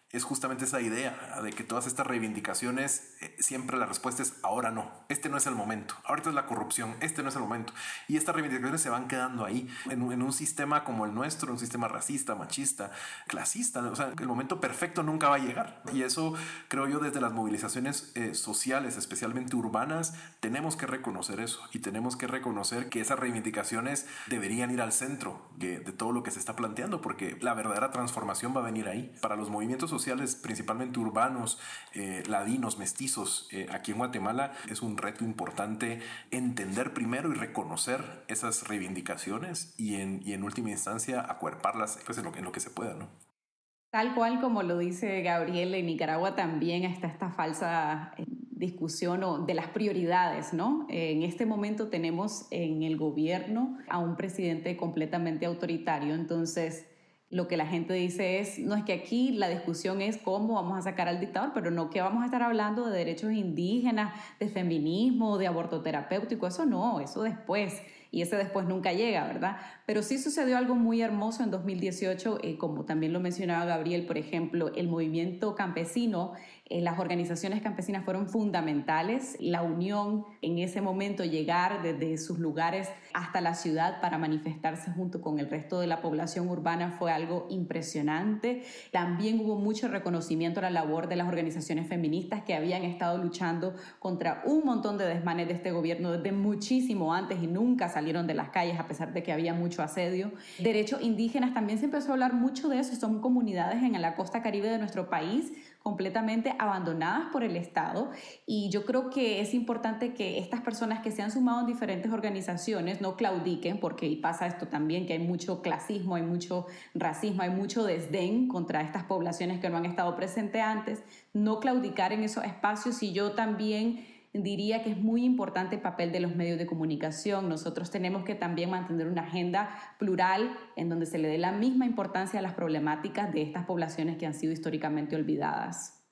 es justamente esa idea de que todas estas reivindicaciones, eh, siempre la respuesta es ahora no, este no es el momento, ahorita es la corrupción, este no es el momento. Y estas reivindicaciones se van quedando ahí, en, en un sistema como el nuestro, un sistema racista, machista, clasista. O sea, el momento perfecto nunca va a llegar. Y eso creo yo desde las movilizaciones eh, sociales, especialmente urbanas, tenemos que reconocer eso y tenemos que reconocer que esas reivindicaciones deberían ir al centro de, de todo lo que se está planteando, porque la verdadera transformación va a venir ahí. Para los movimientos sociales sociales, principalmente urbanos, eh, ladinos, mestizos, eh, aquí en Guatemala es un reto importante entender primero y reconocer esas reivindicaciones y en, y en última instancia acuerparlas pues, en, lo, en lo que se pueda, ¿no? Tal cual como lo dice Gabriel, en Nicaragua también está esta falsa discusión de las prioridades, ¿no? En este momento tenemos en el gobierno a un presidente completamente autoritario, entonces lo que la gente dice es, no es que aquí la discusión es cómo vamos a sacar al dictador, pero no que vamos a estar hablando de derechos indígenas, de feminismo, de aborto terapéutico, eso no, eso después. Y ese después nunca llega, ¿verdad? Pero sí sucedió algo muy hermoso en dos mil dieciocho, eh, como también lo mencionaba Gabriel, por ejemplo, el movimiento campesino, eh, las organizaciones campesinas fueron fundamentales, la unión en ese momento, llegar desde sus lugares hasta la ciudad para manifestarse junto con el resto de la población urbana fue algo impresionante. También hubo mucho reconocimiento a la labor de las organizaciones feministas que habían estado luchando contra un montón de desmanes de este gobierno desde muchísimo antes y nunca salieron de las calles a pesar de que había mucho asedio. Derechos indígenas, también se empezó a hablar mucho de eso. Son comunidades en la costa caribe de nuestro país completamente abandonadas por el Estado, y yo creo que es importante que estas personas que se han sumado en diferentes organizaciones no claudiquen, porque pasa esto también, que hay mucho clasismo, hay mucho racismo, hay mucho desdén contra estas poblaciones que no han estado presentes antes, no claudicar en esos espacios. Y yo también diría que es muy importante el papel de los medios de comunicación. Nosotros tenemos que también mantener una agenda plural en donde se le dé la misma importancia a las problemáticas de estas poblaciones que han sido históricamente olvidadas.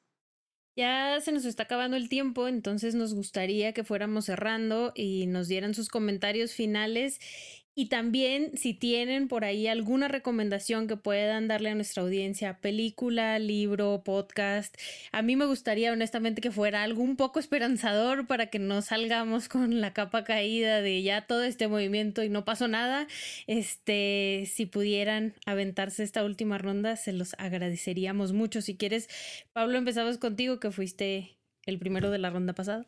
Ya se nos está acabando el tiempo, entonces nos gustaría que fuéramos cerrando y nos dieran sus comentarios finales. Y también, si tienen por ahí alguna recomendación que puedan darle a nuestra audiencia, película, libro, podcast. A mí me gustaría honestamente que fuera algo un poco esperanzador para que no salgamos con la capa caída de ya todo este movimiento y no pasó nada. Este, si pudieran aventarse esta última ronda, se los agradeceríamos mucho. Si quieres, Pablo, empezamos contigo, que fuiste el primero de la ronda pasada.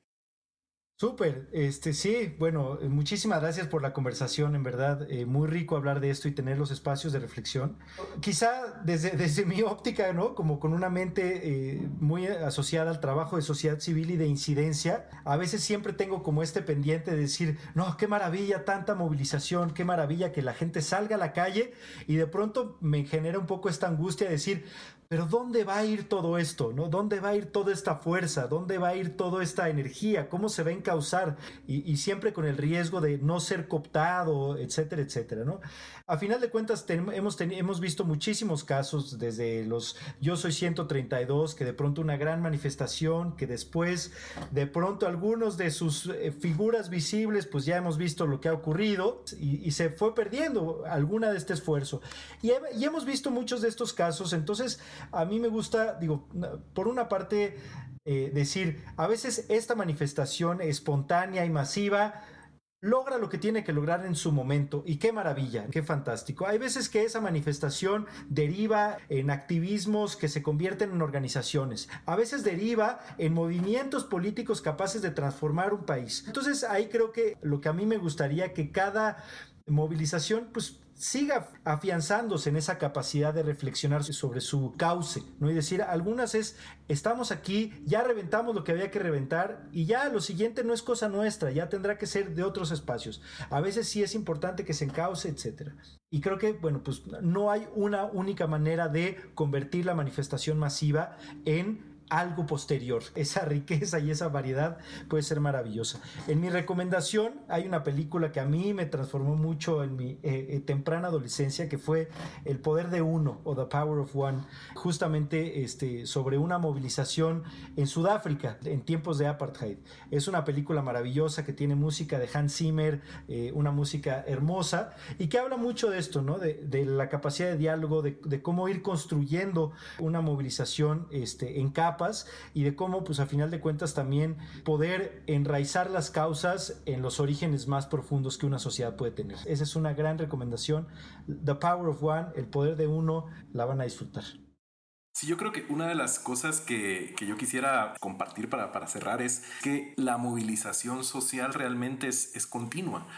Súper, este sí, bueno, muchísimas gracias por la conversación, en verdad, eh, muy rico hablar de esto y tener los espacios de reflexión. Quizá desde, desde mi óptica, ¿no? Como con una mente eh, muy asociada al trabajo de sociedad civil y de incidencia, a veces siempre tengo como este pendiente de decir, no, qué maravilla, tanta movilización, qué maravilla que la gente salga a la calle, y de pronto me genera un poco esta angustia de decir, pero ¿dónde va a ir todo esto? ¿No? ¿Dónde va a ir toda esta fuerza? ¿Dónde va a ir toda esta energía? ¿Cómo se va a encauzar? Y, y siempre con el riesgo de no ser cooptado, etcétera, etcétera, ¿no? A final de cuentas ten, hemos, ten, hemos visto muchísimos casos desde los Yo Soy ciento treinta y dos, que de pronto una gran manifestación, que después de pronto algunos de sus eh, figuras visibles, pues ya hemos visto lo que ha ocurrido y, y se fue perdiendo alguna de este esfuerzo. Y, y hemos visto muchos de estos casos, entonces a mí me gusta, digo, por una parte, eh, decir, a veces esta manifestación espontánea y masiva logra lo que tiene que lograr en su momento, y qué maravilla, qué fantástico. Hay veces que esa manifestación deriva en activismos que se convierten en organizaciones, a veces deriva en movimientos políticos capaces de transformar un país. Entonces ahí creo que lo que a mí me gustaría que cada movilización pues siga afianzándose en esa capacidad de reflexionar sobre su cauce, ¿no? Y decir, algunas es, estamos aquí, ya reventamos lo que había que reventar y ya lo siguiente no es cosa nuestra, ya tendrá que ser de otros espacios. A veces sí es importante que se encauce, etcétera. Y creo que, bueno, pues no hay una única manera de convertir la manifestación masiva en algo posterior. Esa riqueza y esa variedad puede ser maravillosa. En mi recomendación hay una película que a mí me transformó mucho en mi eh, eh, temprana adolescencia, que fue El Poder de Uno o The Power of One, justamente este, sobre una movilización en Sudáfrica en tiempos de apartheid. Es una película maravillosa que tiene música de Hans Zimmer, eh, una música hermosa, y que habla mucho de esto, ¿no? de, de la capacidad de diálogo, de, de cómo ir construyendo una movilización este, en capas, y de cómo, pues a final de cuentas, también poder enraizar las causas en los orígenes más profundos que una sociedad puede tener. Esa es una gran recomendación. The Power of One, El Poder de Uno, la van a disfrutar. Sí, yo creo que una de las cosas que, que yo quisiera compartir para, para cerrar es que la movilización social realmente es, es continua.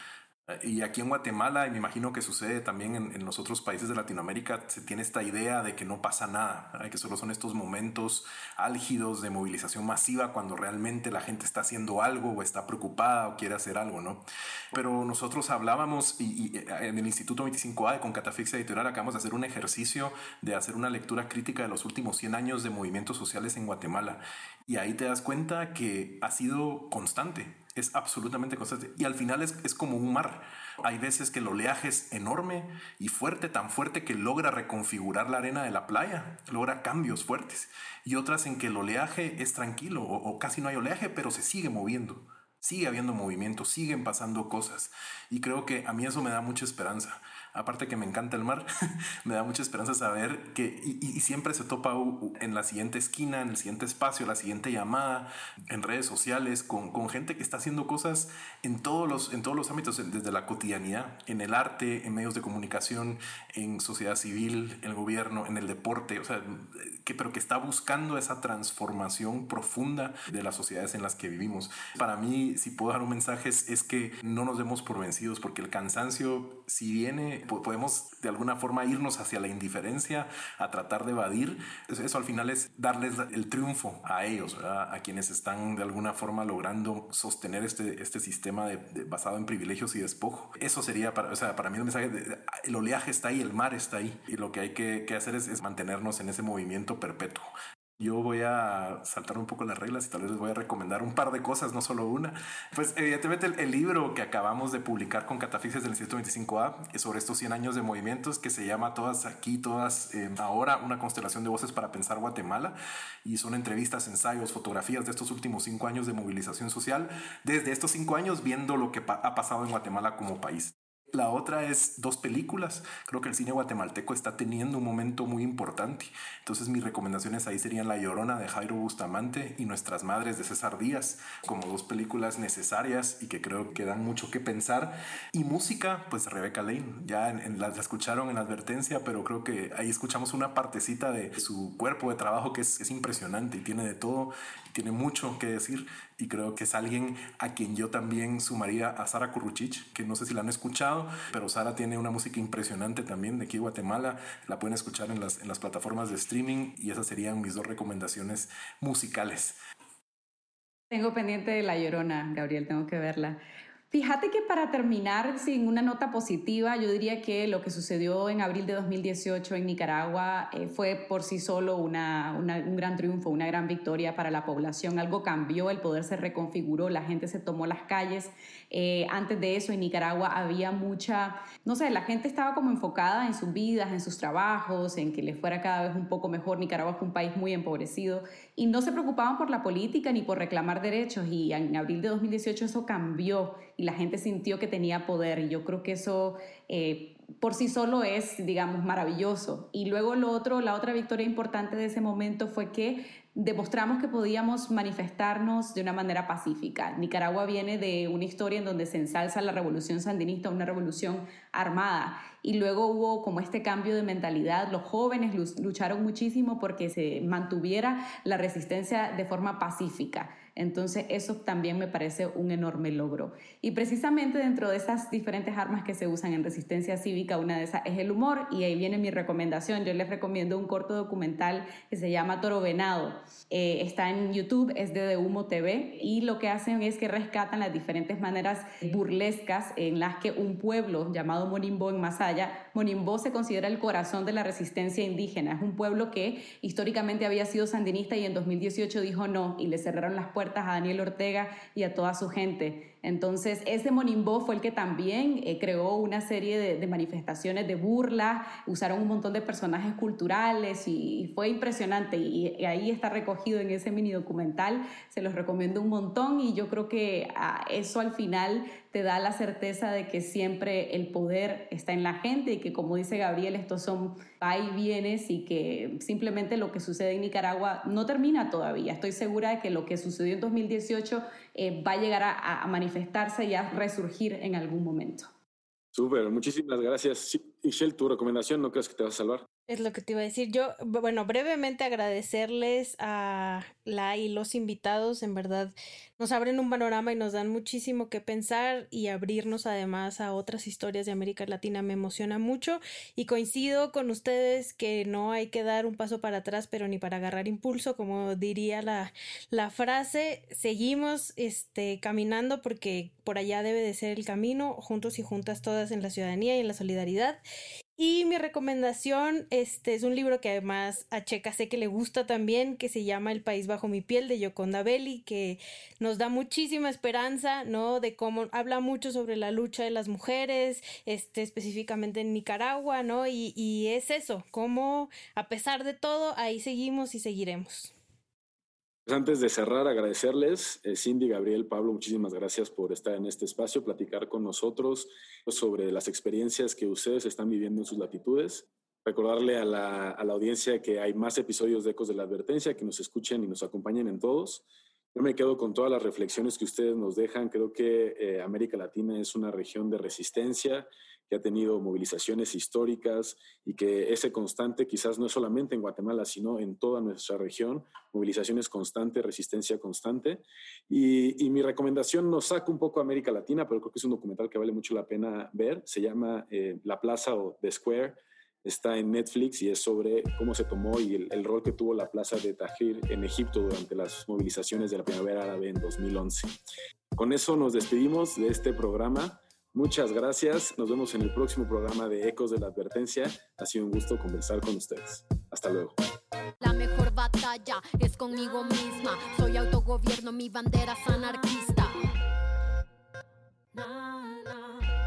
Y aquí en Guatemala, y me imagino que sucede también en, en los otros países de Latinoamérica, se tiene esta idea de que no pasa nada, ¿verdad? Que solo son estos momentos álgidos de movilización masiva cuando realmente la gente está haciendo algo o está preocupada o quiere hacer algo, ¿no? Pero nosotros hablábamos y, y en el Instituto veinticinco A con Catafixia Editorial acabamos de hacer un ejercicio de hacer una lectura crítica de los últimos cien años de movimientos sociales en Guatemala. Y ahí te das cuenta que ha sido constante. Es absolutamente constante. Y al final es, es como un mar. Hay veces que el oleaje es enorme y fuerte, tan fuerte que logra reconfigurar la arena de la playa, logra cambios fuertes. Y otras en que el oleaje es tranquilo o, o casi no hay oleaje, pero se sigue moviendo. Sigue habiendo movimiento, siguen pasando cosas. Y creo que a mí eso me da mucha esperanza. Aparte que me encanta el mar, me da mucha esperanza saber que y, y siempre se topa en la siguiente esquina, en el siguiente espacio, la siguiente llamada, en redes sociales, con, con gente que está haciendo cosas en todos los, en todos los ámbitos, desde la cotidianidad, en el arte, en medios de comunicación, en sociedad civil, en el gobierno, en el deporte, o sea, que, pero que está buscando esa transformación profunda de las sociedades en las que vivimos. Para mí, si puedo dar un mensaje, es, es que no nos demos por vencidos, porque el cansancio, si viene, podemos de alguna forma irnos hacia la indiferencia, a tratar de evadir. Eso al final es darles el triunfo a ellos, ¿verdad? A quienes están de alguna forma logrando sostener este, este sistema de, de, basado en privilegios y despojo. Eso sería, para, o sea, para mí el mensaje, de, el oleaje está ahí, el mar está ahí, y lo que hay que, que hacer es, es mantenernos en ese movimiento perpetuo. Yo voy a saltar un poco las reglas y tal vez les voy a recomendar un par de cosas, no solo una. Pues evidentemente el, el libro que acabamos de publicar con Catafixia del Instituto veinticinco A es sobre estos cien años de movimientos, que se llama Todas aquí, todas eh, ahora, una constelación de voces para pensar Guatemala, y son entrevistas, ensayos, fotografías de estos últimos cinco años de movilización social, desde estos cinco años viendo lo que pa- ha pasado en Guatemala como país. La otra es dos películas. Creo que el cine guatemalteco está teniendo un momento muy importante. Entonces mis recomendaciones ahí serían La Llorona de Jairo Bustamante y Nuestras Madres de César Díaz, como dos películas necesarias y que creo que dan mucho que pensar. Y música, pues Rebeca Lane. Ya en, en la, la escucharon en la advertencia, pero creo que ahí escuchamos una partecita de su cuerpo de trabajo que es, es impresionante y tiene de todo, y tiene mucho que decir. Y creo que es alguien a quien yo también sumaría a Sara Curruchich, que no sé si la han escuchado, pero Sara tiene una música impresionante también de aquí de Guatemala. La pueden escuchar en las, en las plataformas de streaming, y esas serían mis dos recomendaciones musicales. Tengo pendiente de La Llorona, Gabriel, tengo que verla. Fíjate que para terminar sin una nota positiva, yo diría que lo que sucedió en abril de dos mil dieciocho en Nicaragua eh, fue por sí solo una, una, un gran triunfo, una gran victoria para la población. Algo cambió, el poder se reconfiguró, la gente se tomó las calles. Eh, antes de eso en Nicaragua había mucha, no sé, la gente estaba como enfocada en sus vidas, en sus trabajos, en que les fuera cada vez un poco mejor. Nicaragua fue un país muy empobrecido y no se preocupaban por la política ni por reclamar derechos, y en abril de dos mil dieciocho eso cambió y la gente sintió que tenía poder, y yo creo que eso eh, por sí solo es, digamos, maravilloso. Y luego lo otro, la otra victoria importante de ese momento fue que demostramos que podíamos manifestarnos de una manera pacífica. Nicaragua viene de una historia en donde se ensalza la revolución sandinista, una revolución armada, y luego hubo como este cambio de mentalidad. Los jóvenes lucharon muchísimo porque se mantuviera la resistencia de forma pacífica. Entonces eso también me parece un enorme logro. Y precisamente dentro de esas diferentes armas que se usan en resistencia cívica, una de esas es el humor, y ahí viene mi recomendación. Yo les recomiendo un corto documental que se llama Toro Venado. Eh, está en YouTube, es de De Humo T V, y lo que hacen es que rescatan las diferentes maneras burlescas en las que un pueblo llamado Monimbó en Masaya, Monimbó se considera el corazón de la resistencia indígena. Es un pueblo que históricamente había sido sandinista y en dos mil dieciocho dijo no, y le cerraron las puertas a Daniel Ortega y a toda su gente. Entonces ese Monimbó fue el que también eh, creó una serie de, de manifestaciones de burla, usaron un montón de personajes culturales y, y fue impresionante, y, y ahí está recogido en ese mini documental. Se los recomiendo un montón, y yo creo que ah, eso al final te da la certeza de que siempre el poder está en la gente, y que, como dice Gabriel, estos son va y vienes, y que simplemente lo que sucede en Nicaragua no termina todavía. Estoy segura de que lo que sucedió en dos mil dieciocho eh, va a llegar a, a manifestarse y a resurgir en algún momento. Súper, muchísimas gracias. Sí, Ixchel, tu recomendación, ¿no crees que te vas a salvar? Es lo que te iba a decir. Yo, bueno, brevemente agradecerles a la y los invitados. En verdad nos abren un panorama y nos dan muchísimo que pensar, y abrirnos además a otras historias de América Latina me emociona mucho, y coincido con ustedes que no hay que dar un paso para atrás, pero ni para agarrar impulso, como diría la, la frase. Seguimos este, caminando, porque por allá debe de ser el camino, juntos y juntas todas en la ciudadanía y en la solidaridad. Y mi recomendación este, es un libro que además a Checa sé que le gusta también, que se llama El país bajo mi piel, de Yoconda Belli, que nos da muchísima esperanza, ¿no? De cómo habla mucho sobre la lucha de las mujeres, este, específicamente en Nicaragua, ¿no? Y, y es eso, cómo a pesar de todo, ahí seguimos y seguiremos. Pues antes de cerrar, agradecerles, eh, Cindy, Gabriel, Pablo, muchísimas gracias por estar en este espacio, platicar con nosotros sobre las experiencias que ustedes están viviendo en sus latitudes. Recordarle a la, a la audiencia que hay más episodios de Ecos de la Advertencia, que nos escuchen y nos acompañen en todos. Yo me quedo con todas las reflexiones que ustedes nos dejan. Creo que eh, América Latina es una región de resistencia que ha tenido movilizaciones históricas, y que ese constante, quizás no es solamente en Guatemala, sino en toda nuestra región, movilizaciones constantes, resistencia constante. Y, y mi recomendación nos saca un poco a América Latina, pero creo que es un documental que vale mucho la pena ver. Se llama eh, La Plaza o The Square. Está en Netflix y es sobre cómo se tomó y el, el rol que tuvo la plaza de Tahrir en Egipto durante las movilizaciones de la Primavera Árabe en dos mil once. Con eso nos despedimos de este programa. Muchas gracias. Nos vemos en el próximo programa de Ecos de la Advertencia. Ha sido un gusto conversar con ustedes. Hasta luego. La mejor batalla es conmigo misma. Soy autogobierno, mi bandera es anarquista. Na, na.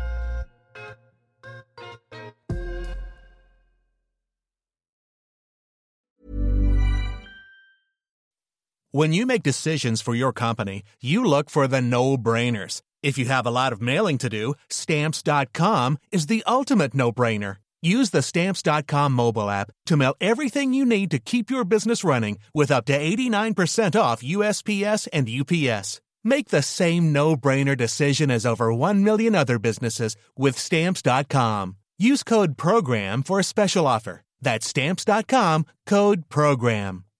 When you make decisions for your company, you look for the no-brainers. If you have a lot of mailing to do, Stamps dot com is the ultimate no-brainer. Use the Stamps dot com mobile app to mail everything you need to keep your business running with up to eighty-nine percent off U S P S and U P S. Make the same no-brainer decision as over one million other businesses with Stamps dot com. Use code PROGRAM for a special offer. That's Stamps dot com, code PROGRAM.